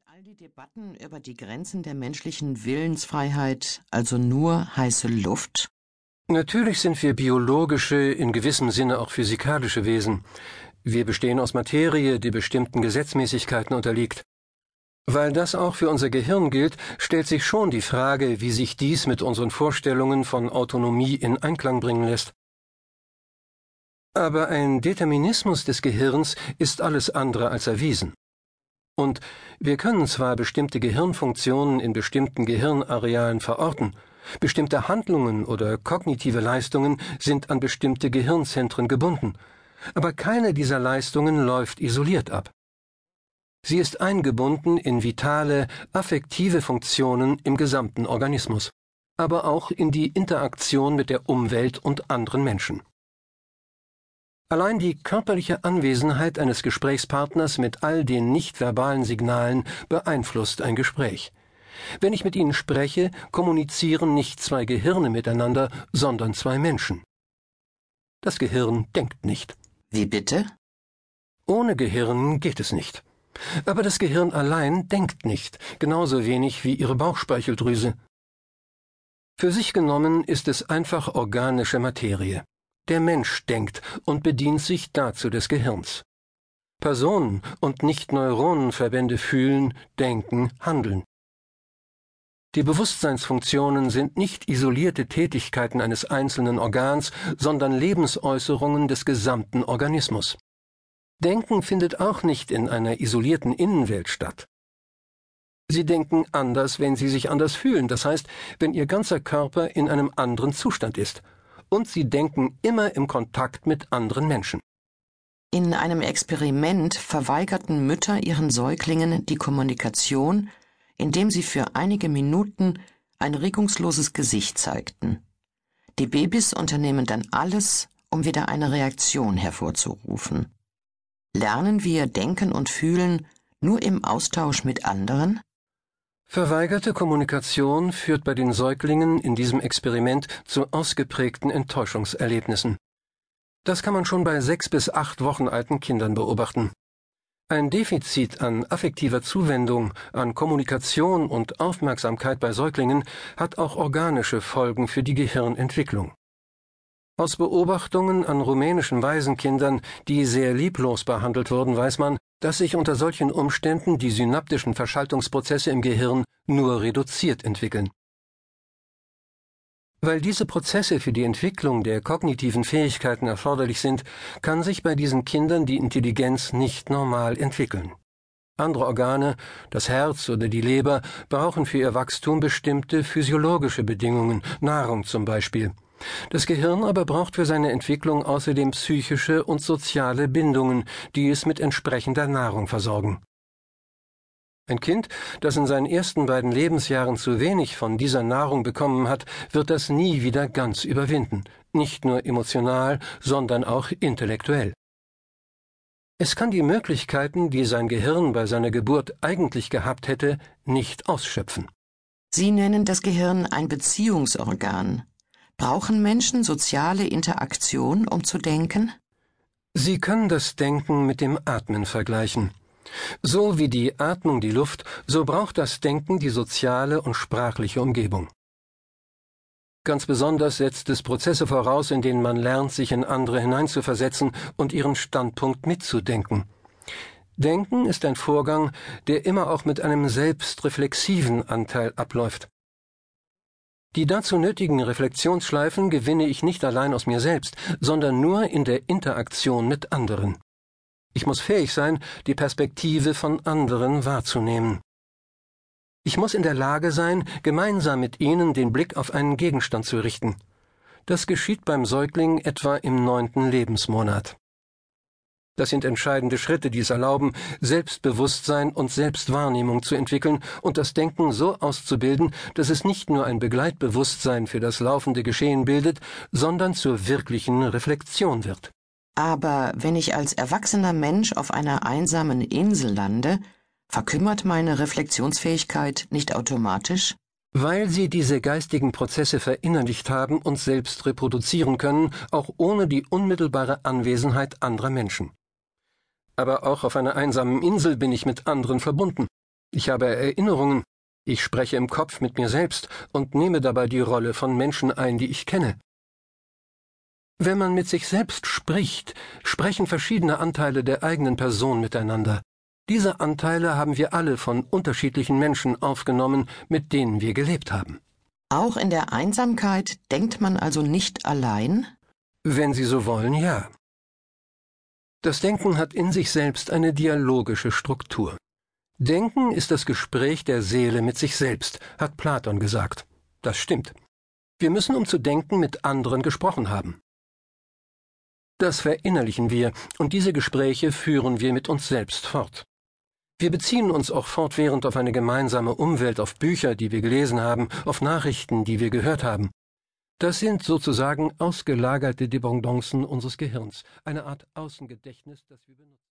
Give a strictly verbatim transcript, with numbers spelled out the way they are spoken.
all die Debatten über die Grenzen der menschlichen Willensfreiheit also nur heiße Luft? Natürlich sind wir biologische, in gewissem Sinne auch physikalische Wesen. Wir bestehen aus Materie, die bestimmten Gesetzmäßigkeiten unterliegt. Weil das auch für unser Gehirn gilt, stellt sich schon die Frage, wie sich dies mit unseren Vorstellungen von Autonomie in Einklang bringen lässt. Aber ein Determinismus des Gehirns ist alles andere als erwiesen. Und wir können zwar bestimmte Gehirnfunktionen in bestimmten Gehirnarealen verorten, bestimmte Handlungen oder kognitive Leistungen sind an bestimmte Gehirnzentren gebunden, aber keine dieser Leistungen läuft isoliert ab. Sie ist eingebunden in vitale, affektive Funktionen im gesamten Organismus, aber auch in die Interaktion mit der Umwelt und anderen Menschen. Allein die körperliche Anwesenheit eines Gesprächspartners mit all den nicht-verbalen Signalen beeinflusst ein Gespräch. Wenn ich mit Ihnen spreche, kommunizieren nicht zwei Gehirne miteinander, sondern zwei Menschen. Das Gehirn denkt nicht. Wie bitte? Ohne Gehirn geht es nicht. Aber das Gehirn allein denkt nicht, genauso wenig wie Ihre Bauchspeicheldrüse. Für sich genommen ist es einfach organische Materie. Der Mensch denkt und bedient sich dazu des Gehirns. Personen und nicht Neuronenverbände fühlen, denken, handeln. Die Bewusstseinsfunktionen sind nicht isolierte Tätigkeiten eines einzelnen Organs, sondern Lebensäußerungen des gesamten Organismus. Denken findet auch nicht in einer isolierten Innenwelt statt. Sie denken anders, wenn Sie sich anders fühlen, das heißt, wenn Ihr ganzer Körper in einem anderen Zustand ist. Und Sie denken immer im Kontakt mit anderen Menschen. In einem Experiment verweigerten Mütter ihren Säuglingen die Kommunikation, indem sie für einige Minuten ein regungsloses Gesicht zeigten. Die Babys unternehmen dann alles, um wieder eine Reaktion hervorzurufen. Lernen wir Denken und Fühlen nur im Austausch mit anderen? Verweigerte Kommunikation führt bei den Säuglingen in diesem Experiment zu ausgeprägten Enttäuschungserlebnissen. Das kann man schon bei sechs bis acht Wochen alten Kindern beobachten. Ein Defizit an affektiver Zuwendung, an Kommunikation und Aufmerksamkeit bei Säuglingen hat auch organische Folgen für die Gehirnentwicklung. Aus Beobachtungen an rumänischen Waisenkindern, die sehr lieblos behandelt wurden, weiß man, dass sich unter solchen Umständen die synaptischen Verschaltungsprozesse im Gehirn nur reduziert entwickeln. Weil diese Prozesse für die Entwicklung der kognitiven Fähigkeiten erforderlich sind, kann sich bei diesen Kindern die Intelligenz nicht normal entwickeln. Andere Organe, das Herz oder die Leber, brauchen für ihr Wachstum bestimmte physiologische Bedingungen, Nahrung zum Beispiel. Das Gehirn aber braucht für seine Entwicklung außerdem psychische und soziale Bindungen, die es mit entsprechender Nahrung versorgen. Ein Kind, das in seinen ersten beiden Lebensjahren zu wenig von dieser Nahrung bekommen hat, wird das nie wieder ganz überwinden, nicht nur emotional, sondern auch intellektuell. Es kann die Möglichkeiten, die sein Gehirn bei seiner Geburt eigentlich gehabt hätte, nicht ausschöpfen. Sie nennen das Gehirn ein Beziehungsorgan. Brauchen Menschen soziale Interaktion, um zu denken? Sie können das Denken mit dem Atmen vergleichen. So wie die Atmung die Luft, so braucht das Denken die soziale und sprachliche Umgebung. Ganz besonders setzt es Prozesse voraus, in denen man lernt, sich in andere hineinzuversetzen und ihren Standpunkt mitzudenken. Denken ist ein Vorgang, der immer auch mit einem selbstreflexiven Anteil abläuft. Die dazu nötigen Reflexionsschleifen gewinne ich nicht allein aus mir selbst, sondern nur in der Interaktion mit anderen. Ich muss fähig sein, die Perspektive von anderen wahrzunehmen. Ich muss in der Lage sein, gemeinsam mit ihnen den Blick auf einen Gegenstand zu richten. Das geschieht beim Säugling etwa im neunten Lebensmonat. Das sind entscheidende Schritte, die es erlauben, Selbstbewusstsein und Selbstwahrnehmung zu entwickeln und das Denken so auszubilden, dass es nicht nur ein Begleitbewusstsein für das laufende Geschehen bildet, sondern zur wirklichen Reflexion wird. Aber wenn ich als erwachsener Mensch auf einer einsamen Insel lande, verkümmert meine Reflexionsfähigkeit nicht automatisch? Weil sie diese geistigen Prozesse verinnerlicht haben und selbst reproduzieren können, auch ohne die unmittelbare Anwesenheit anderer Menschen. Aber auch auf einer einsamen Insel bin ich mit anderen verbunden. Ich habe Erinnerungen, ich spreche im Kopf mit mir selbst und nehme dabei die Rolle von Menschen ein, die ich kenne. Wenn man mit sich selbst spricht, sprechen verschiedene Anteile der eigenen Person miteinander. Diese Anteile haben wir alle von unterschiedlichen Menschen aufgenommen, mit denen wir gelebt haben. Auch in der Einsamkeit denkt man also nicht allein? Wenn Sie so wollen, ja. Das Denken hat in sich selbst eine dialogische Struktur. Denken ist das Gespräch der Seele mit sich selbst, hat Platon gesagt. Das stimmt. Wir müssen, um zu denken, mit anderen gesprochen haben. Das verinnerlichen wir, und diese Gespräche führen wir mit uns selbst fort. Wir beziehen uns auch fortwährend auf eine gemeinsame Umwelt, auf Bücher, die wir gelesen haben, auf Nachrichten, die wir gehört haben. Das sind sozusagen ausgelagerte Dependancen unseres Gehirns, eine Art Außengedächtnis, das wir benutzen.